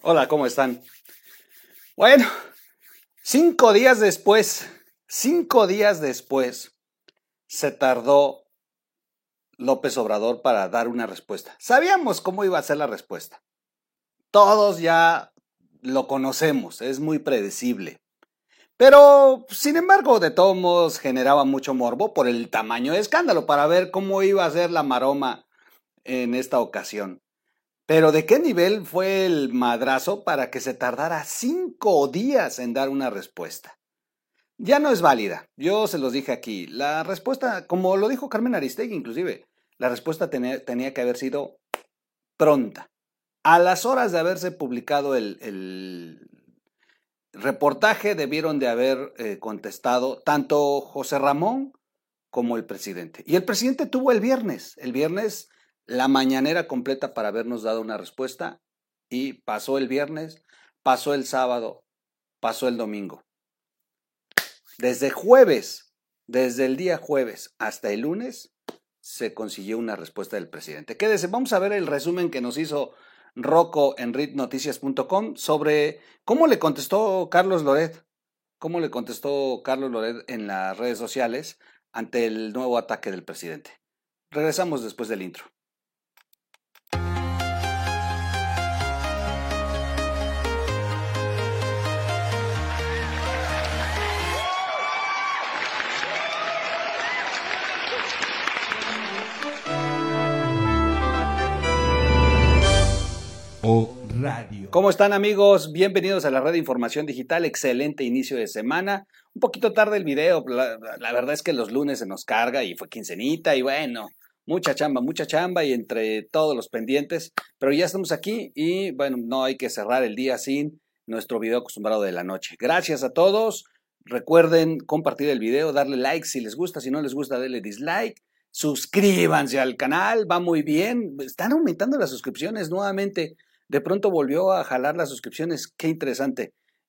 Hola, ¿cómo están? Bueno, 5 días después, se tardó López Obrador para dar una respuesta. Sabíamos cómo iba a ser la respuesta. Todos ya lo conocemos, es muy predecible. Pero, sin embargo, de todos modos generaba mucho morbo por el tamaño de escándalo, para ver cómo iba a ser la maroma en esta ocasión. Pero ¿de qué nivel fue el madrazo para que se tardara 5 días en dar una respuesta? Ya no es válida. Yo se los dije aquí. La respuesta, como lo dijo Carmen Aristegui inclusive, la respuesta tenía que haber sido pronta. A las horas de haberse publicado el reportaje debieron de haber contestado tanto José Ramón como el presidente. Y el presidente tuvo el viernes la mañanera completa para habernos dado una respuesta, y pasó el viernes, pasó el sábado, pasó el domingo. Desde el día jueves hasta el lunes, se consiguió una respuesta del presidente. Quédese, vamos a ver el resumen que nos hizo Rocco en ritnoticias.com sobre cómo le contestó Carlos Loret en las redes sociales ante el nuevo ataque del presidente. Regresamos después del intro. Radio. ¿Cómo están, amigos? Bienvenidos a la red de información digital. Excelente inicio de semana. Un poquito tarde el video. La verdad es que los lunes se nos carga y fue quincenita y bueno, mucha chamba y entre todos los pendientes. Pero ya estamos aquí y bueno, no hay que cerrar el día sin nuestro video acostumbrado de la noche. Gracias a todos. Recuerden compartir el video, darle like si les gusta. Si no les gusta, denle dislike. Suscríbanse al canal, va muy bien. Están aumentando las suscripciones nuevamente. De pronto volvió a jalar las suscripciones, qué interesante.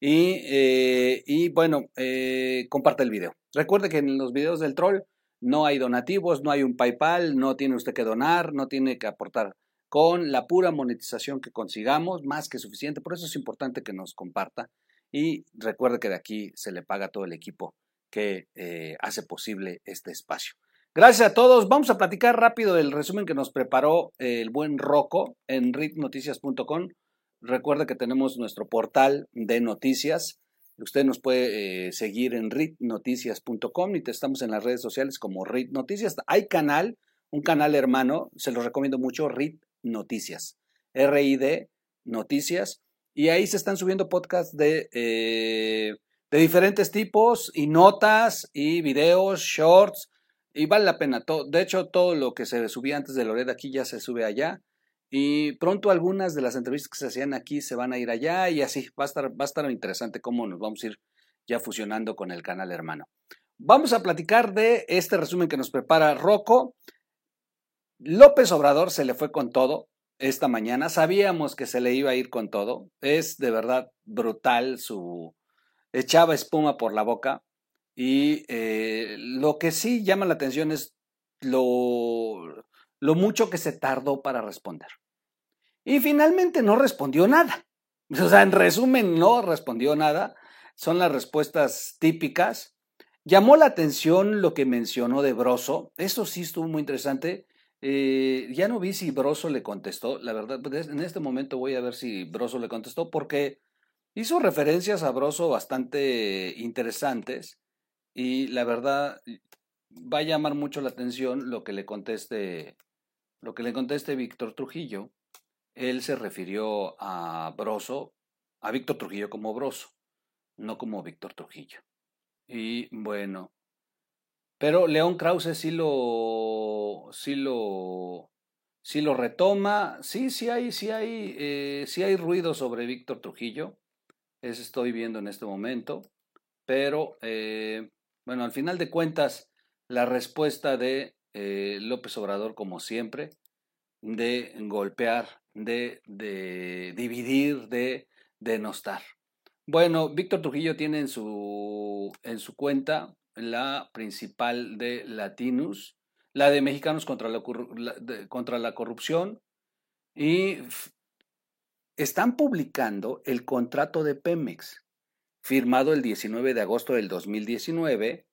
Y bueno, comparte el video. Recuerde que en los videos del troll no hay donativos, no hay un PayPal, no tiene usted que donar, no tiene que aportar. Con la pura monetización que consigamos, más que suficiente. Por eso es importante que nos comparta. Y recuerde que de aquí se le paga a todo el equipo que hace posible este espacio. Gracias a todos. Vamos a platicar rápido del resumen que nos preparó el buen Rocco en ritnoticias.com. Recuerda que tenemos nuestro portal de noticias. Usted nos puede seguir en ritnoticias.com y estamos en las redes sociales como Rit Noticias. Hay un canal hermano, se lo recomiendo mucho, Rit Noticias, RID Noticias, y ahí se están subiendo podcasts de diferentes tipos y notas y videos, shorts. Y vale la pena. De hecho, todo lo que se subía antes de Loret aquí ya se sube allá. Y pronto algunas de las entrevistas que se hacían aquí se van a ir allá y así. Va a estar interesante cómo nos vamos a ir ya fusionando con el canal hermano. Vamos a platicar de este resumen que nos prepara Rocco. López Obrador se le fue con todo esta mañana. Sabíamos que se le iba a ir con todo. Es de verdad brutal echaba espuma por la boca. Y lo que sí llama la atención es lo mucho que se tardó para responder. Y finalmente no respondió nada. O sea, en resumen, no respondió nada. Son las respuestas típicas. Llamó la atención lo que mencionó de Broso. Eso sí estuvo muy interesante. Ya no vi si Broso le contestó. La verdad, en este momento voy a ver si Broso le contestó porque hizo referencias a Broso bastante interesantes. Y la verdad, va a llamar mucho la atención lo que le conteste Víctor Trujillo. Él se refirió a Víctor Trujillo como Broso, no como Víctor Trujillo. Y bueno, pero León Krause sí lo retoma. Sí hay ruido sobre Víctor Trujillo. Eso estoy viendo en este momento. Pero bueno, al final de cuentas, la respuesta de López Obrador, como siempre, de golpear, de dividir, de denostar. Bueno, Víctor Trujillo tiene en su cuenta la principal de Latinus, la de Mexicanos contra la Corrupción, y están publicando el contrato de Pemex, firmado el 19 de agosto del 2019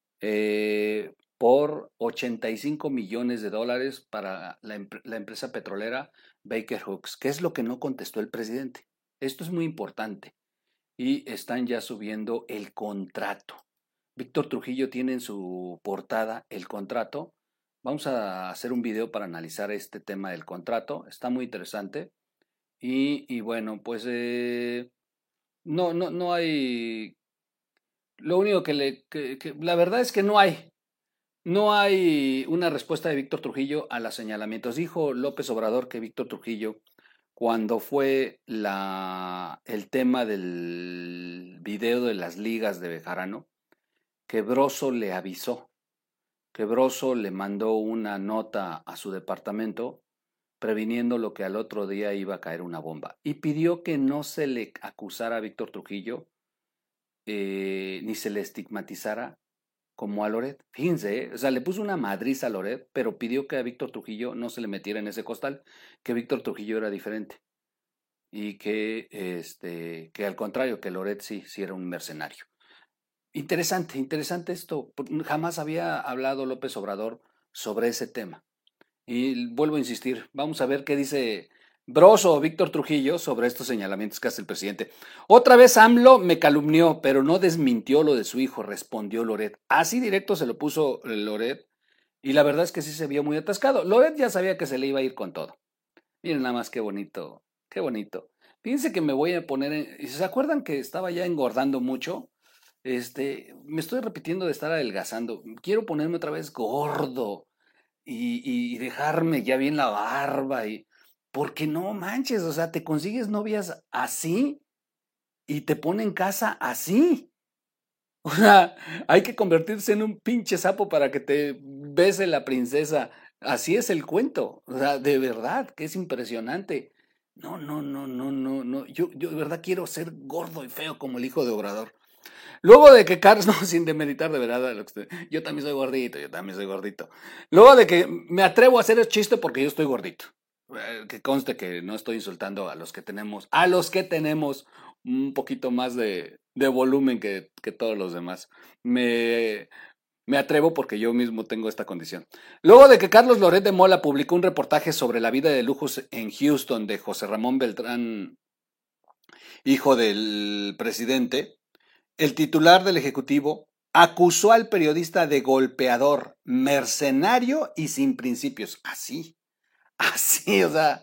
por 85 millones de dólares para la empresa petrolera Baker Hughes. ¿Qué es lo que no contestó el presidente? Esto es muy importante. Y están ya subiendo el contrato. Víctor Trujillo tiene en su portada el contrato. Vamos a hacer un video para analizar este tema del contrato. Está muy interesante. Y bueno, pues no hay. Lo único que la verdad es que no hay una respuesta de Víctor Trujillo a los señalamientos. Dijo López Obrador que Víctor Trujillo, cuando fue el tema del video de las ligas de Bejarano, que Broso le avisó, que Broso le mandó una nota a su departamento previniendo lo que al otro día iba a caer una bomba. Y pidió que no se le acusara a Víctor Trujillo ni se le estigmatizara como a Loret. Fíjense, o sea, le puso una madriza a Loret, pero pidió que a Víctor Trujillo no se le metiera en ese costal, que Víctor Trujillo era diferente y que al contrario, que Loret sí era un mercenario. Interesante esto. Jamás había hablado López Obrador sobre ese tema. Y vuelvo a insistir, vamos a ver qué dice Broso o Víctor Trujillo sobre estos señalamientos que hace el presidente. Otra vez AMLO me calumnió, pero no desmintió lo de su hijo, respondió Loret. Así directo se lo puso Loret y la verdad es que sí se vio muy atascado. Loret ya sabía que se le iba a ir con todo. Miren nada más qué bonito, qué bonito. Fíjense que me voy a poner, ¿se acuerdan que estaba ya engordando mucho? Me estoy repitiendo de estar adelgazando. Quiero ponerme otra vez gordo y dejarme ya bien la barba porque no manches, o sea, te consigues novias así y te ponen casa así. O sea, hay que convertirse en un pinche sapo para que te bese la princesa. Así es el cuento. O sea, de verdad, que es impresionante. No. Yo de verdad quiero ser gordo y feo como el hijo de Obrador. Luego de que Carlos, no, sin demeritar de verdad, yo también soy gordito, yo también soy gordito. Luego de que me atrevo a hacer el chiste porque yo estoy gordito. Que conste que no estoy insultando a los que tenemos un poquito más de volumen que todos los demás. Me atrevo porque yo mismo tengo esta condición. Luego de que Carlos Loret de Mola publicó un reportaje sobre la vida de lujos en Houston de José Ramón Beltrán, hijo del presidente, el titular del Ejecutivo acusó al periodista de golpeador, mercenario y sin principios. Así, o sea.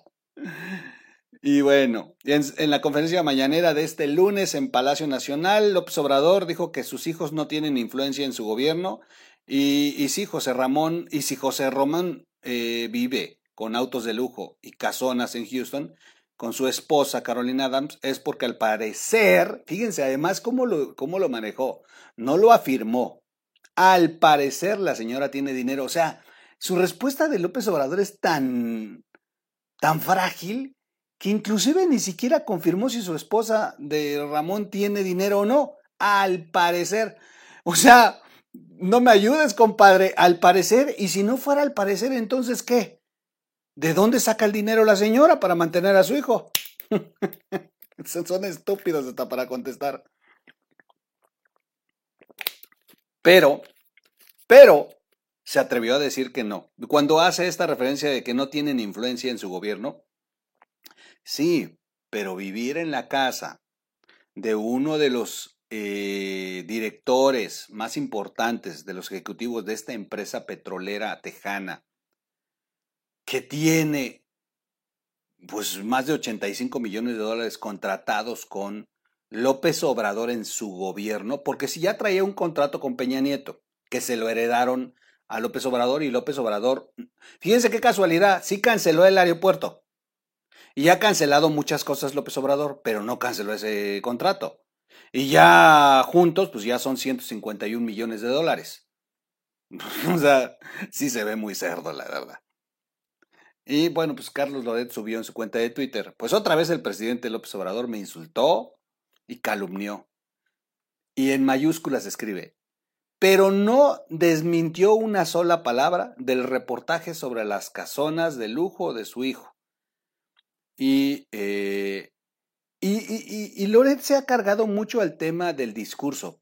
Y bueno, en la conferencia mañanera de este lunes en Palacio Nacional, López Obrador dijo que sus hijos no tienen influencia en su gobierno y si José Ramón vive con autos de lujo y casonas en Houston con su esposa Carolina Adams es porque al parecer, fíjense además cómo lo manejó, no lo afirmó. Al parecer la señora tiene dinero, o sea, su respuesta de López Obrador es tan frágil que inclusive ni siquiera confirmó si su esposa de Ramón tiene dinero o no. Al parecer. O sea, no me ayudes, compadre. Al parecer, y si no fuera al parecer, entonces ¿qué? ¿De dónde saca el dinero la señora para mantener a su hijo? Son estúpidos hasta para contestar. Pero, se atrevió a decir que no. Cuando hace esta referencia de que no tienen influencia en su gobierno, sí, pero vivir en la casa de uno de los directores más importantes de los ejecutivos de esta empresa petrolera tejana, que tiene pues más de 85 millones de dólares contratados con López Obrador en su gobierno, porque si ya traía un contrato con Peña Nieto, que se lo heredaron a López Obrador y López Obrador, fíjense qué casualidad, sí canceló el aeropuerto. Y ha cancelado muchas cosas López Obrador, pero no canceló ese contrato. Y ya juntos, pues ya son 151 millones de dólares. O sea, sí se ve muy cerdo, la verdad. Y bueno, pues Carlos Loret subió en su cuenta de Twitter. Pues otra vez el presidente López Obrador me insultó y calumnió. Y en mayúsculas escribe, pero no desmintió una sola palabra del reportaje sobre las casonas de lujo de su hijo. Y y Loret se ha cargado mucho al tema del discurso,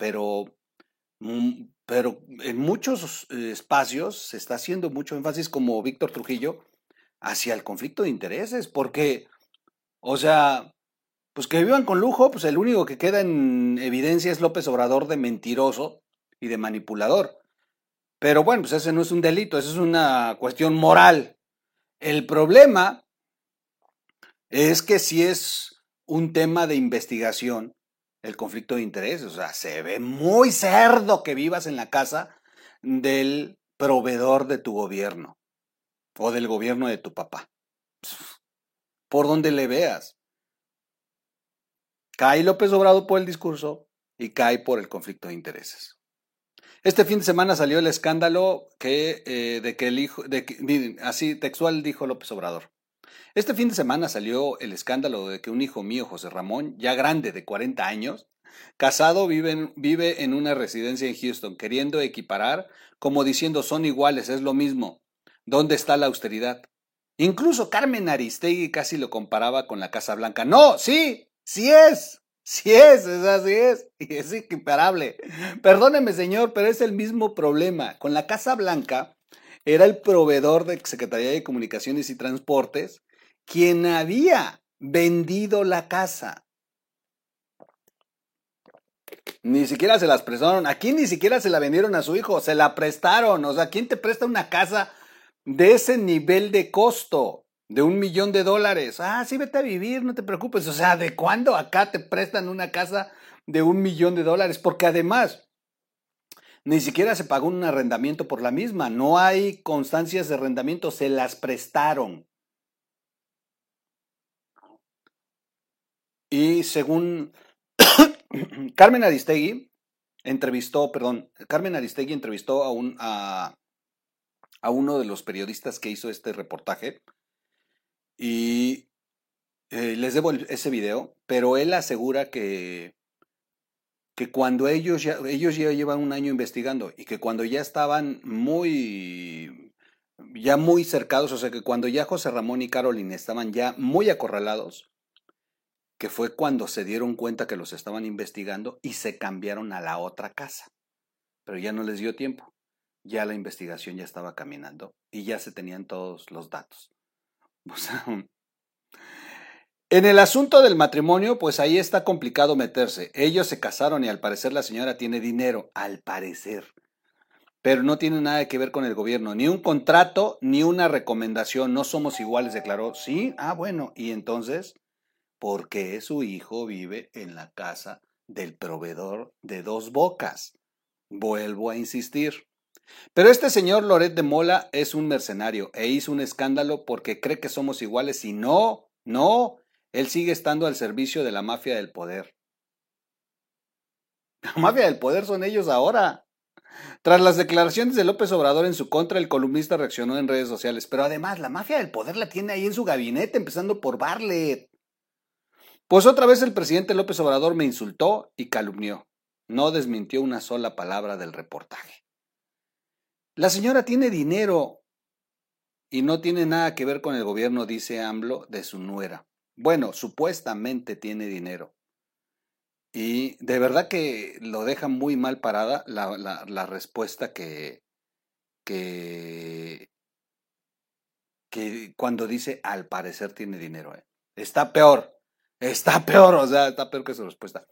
pero en muchos espacios se está haciendo mucho énfasis, como Víctor Trujillo, hacia el conflicto de intereses, porque, o sea, pues que vivan con lujo, pues el único que queda en evidencia es López Obrador de mentiroso y de manipulador. Pero bueno, pues ese no es un delito, eso es una cuestión moral. El problema es que si es un tema de investigación, el conflicto de intereses, o sea, se ve muy cerdo que vivas en la casa del proveedor de tu gobierno o del gobierno de tu papá, por donde le veas. Cae López Obrador por el discurso y cae por el conflicto de intereses. Este fin de semana salió el escándalo de que el hijo, miren, así textual dijo López Obrador. Este fin de semana salió el escándalo de que un hijo mío, José Ramón, ya grande de 40 años, casado, vive en una residencia en Houston, queriendo equiparar, como diciendo son iguales, es lo mismo. ¿Dónde está la austeridad? Incluso Carmen Aristegui casi lo comparaba con la Casa Blanca. No, sí, así es, y es equiparable. Perdóneme, señor, pero es el mismo problema. Con la Casa Blanca era el proveedor de Secretaría de Comunicaciones y Transportes quien había vendido la casa. Ni siquiera se las prestaron. Aquí ni siquiera se la vendieron a su hijo, se la prestaron. O sea, ¿quién te presta una casa de ese nivel de costo? De $1,000,000. Ah, sí, vete a vivir, no te preocupes. O sea, ¿de cuándo acá te prestan una casa de $1,000,000? Porque además, ni siquiera se pagó un arrendamiento por la misma. No hay constancias de arrendamiento, se las prestaron. Y según Carmen Aristegui entrevistó a uno de los periodistas que hizo este reportaje y les debo ese video, pero él asegura que cuando ellos ya llevan un año investigando y que cuando ya estaban ya muy cercados, o sea que cuando ya José Ramón y Carolina estaban ya muy acorralados, que fue cuando se dieron cuenta que los estaban investigando y se cambiaron a la otra casa. Pero ya no les dio tiempo. Ya la investigación ya estaba caminando y ya se tenían todos los datos. O sea, en el asunto del matrimonio, pues ahí está complicado meterse. Ellos se casaron y al parecer la señora tiene dinero, al parecer. Pero no tiene nada que ver con el gobierno, ni un contrato, ni una recomendación. No somos iguales, declaró. Sí, bueno, y entonces, ¿por qué su hijo vive en la casa del proveedor de Dos Bocas? Vuelvo a insistir. Pero este señor Loret de Mola es un mercenario e hizo un escándalo porque cree que somos iguales y no, él sigue estando al servicio de la mafia del poder. La mafia del poder son ellos ahora. Tras las declaraciones de López Obrador en su contra, el columnista reaccionó en redes sociales, pero además la mafia del poder la tiene ahí en su gabinete, empezando por Bartlett. Pues otra vez el presidente López Obrador me insultó y calumnió. No desmintió una sola palabra del reportaje. La señora tiene dinero y no tiene nada que ver con el gobierno, dice AMLO, de su nuera. Bueno, supuestamente tiene dinero. Y de verdad que lo deja muy mal parada la respuesta que cuando dice al parecer tiene dinero. Está peor, o sea, está peor que su respuesta.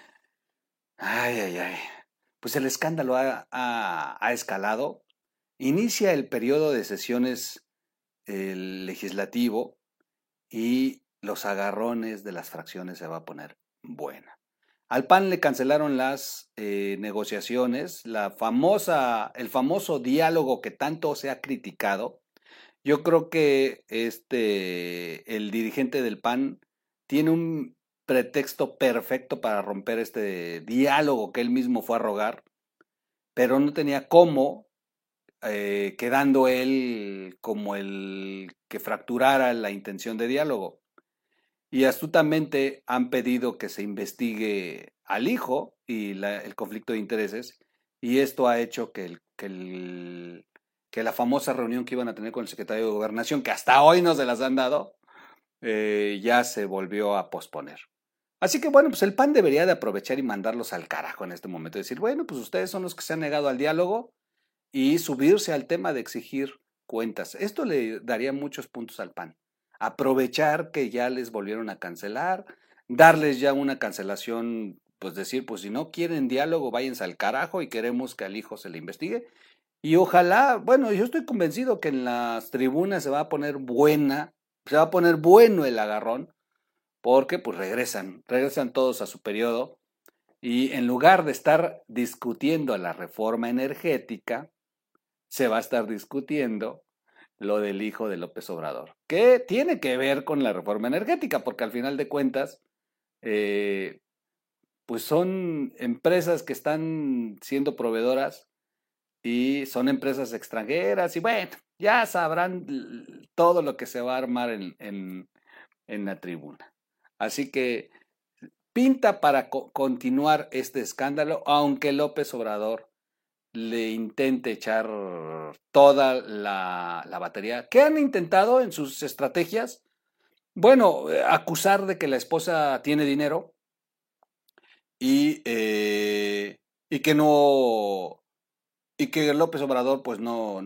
Ay. Pues el escándalo ha escalado. Inicia el periodo de sesiones legislativo y los agarrones de las fracciones se va a poner buena. Al PAN le cancelaron las negociaciones, el famoso diálogo que tanto se ha criticado. Yo creo que el dirigente del PAN tiene un pretexto perfecto para romper este diálogo que él mismo fue a rogar, pero no tenía cómo, quedando él como el que fracturara la intención de diálogo. Y astutamente han pedido que se investigue al hijo y el conflicto de intereses, y esto ha hecho que la famosa reunión que iban a tener con el secretario de Gobernación, que hasta hoy no se las han dado, ya se volvió a posponer. Así que bueno, pues el PAN debería de aprovechar y mandarlos al carajo en este momento. Decir, bueno, pues ustedes son los que se han negado al diálogo y subirse al tema de exigir cuentas. Esto le daría muchos puntos al PAN. Aprovechar que ya les volvieron a cancelar, darles ya una cancelación, pues decir, pues si no quieren diálogo, váyanse al carajo y queremos que al hijo se le investigue. Y ojalá, bueno, yo estoy convencido que en las tribunas se va a poner bueno el agarrón, porque pues regresan todos a su periodo y en lugar de estar discutiendo la reforma energética, se va a estar discutiendo lo del hijo de López Obrador, que tiene que ver con la reforma energética, porque al final de cuentas, pues son empresas que están siendo proveedoras y son empresas extranjeras y bueno, ya sabrán todo lo que se va a armar en la tribuna. Así que pinta para continuar este escándalo, aunque López Obrador le intente echar toda la batería. ¿Qué han intentado en sus estrategias? Bueno, acusar de que la esposa tiene dinero y que no, y que López Obrador pues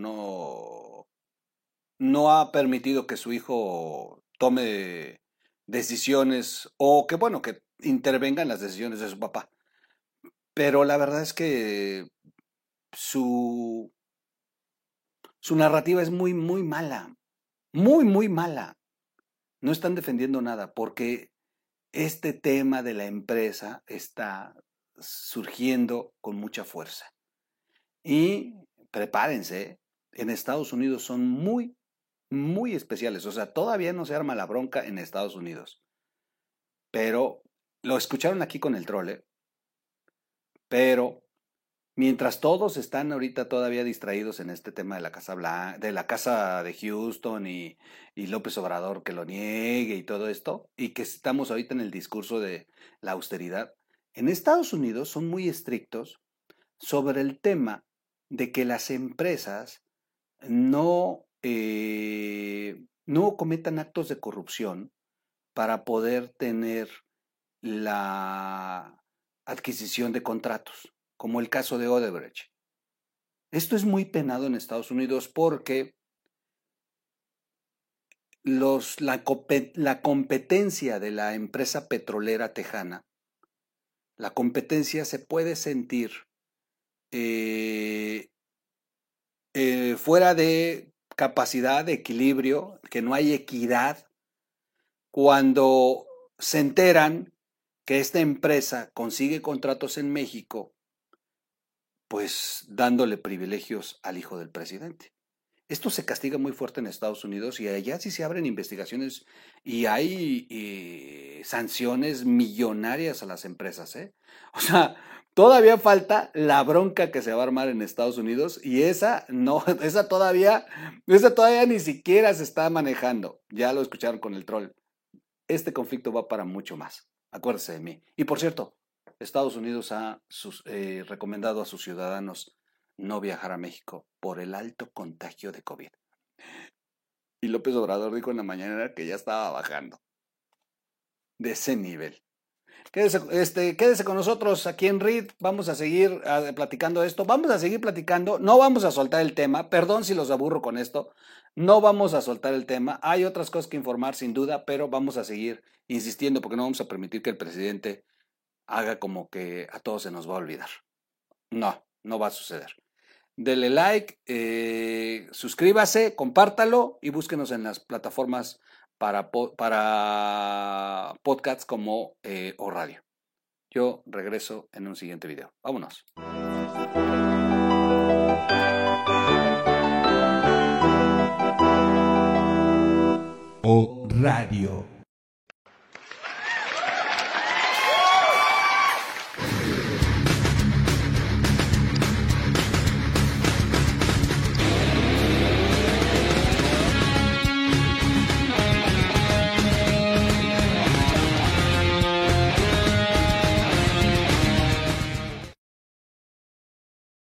no ha permitido que su hijo tome decisiones o que bueno, que intervenga en las decisiones de su papá. Pero la verdad es que su narrativa es muy, muy mala, muy, muy mala. No están defendiendo nada porque este tema de la empresa está surgiendo con mucha fuerza. Y prepárense, en Estados Unidos son muy, muy especiales. O sea, todavía no se arma la bronca en Estados Unidos. Pero lo escucharon aquí con el trole. Pero mientras todos están ahorita todavía distraídos en este tema de la Casa Blanca, de la Casa de Houston y López Obrador que lo niegue y todo esto, y que estamos ahorita en el discurso de la austeridad, en Estados Unidos son muy estrictos sobre el tema de que las empresas no cometan actos de corrupción para poder tener la adquisición de contratos, como el caso de Odebrecht. Esto es muy penado en Estados Unidos porque la competencia de la empresa petrolera tejana, la competencia se puede sentir fuera de capacidad, de equilibrio, que no hay equidad, cuando se enteran que esta empresa consigue contratos en México, pues dándole privilegios al hijo del presidente. Esto se castiga muy fuerte en Estados Unidos y allá sí se abren investigaciones y hay sanciones millonarias a las empresas, ¿eh? O sea, todavía falta la bronca que se va a armar en Estados Unidos y esa todavía ni siquiera se está manejando. Ya lo escucharon con el troll. Este conflicto va para mucho más. Acuérdese de mí. Y por cierto, Estados Unidos ha recomendado a sus ciudadanos no viajar a México por el alto contagio de COVID. Y López Obrador dijo en la mañana que ya estaba bajando de ese nivel. Quédese con nosotros aquí en RID. Vamos a seguir platicando esto. Vamos a seguir platicando. No vamos a soltar el tema. Perdón si los aburro con esto. No vamos a soltar el tema. Hay otras cosas que informar sin duda, pero vamos a seguir insistiendo porque no vamos a permitir que el presidente haga como que a todos se nos va a olvidar. No va a suceder. Dele like, suscríbase, compártalo y búsquenos en las plataformas para podcasts como o radio. Yo regreso en un siguiente video. Vámonos. O radio.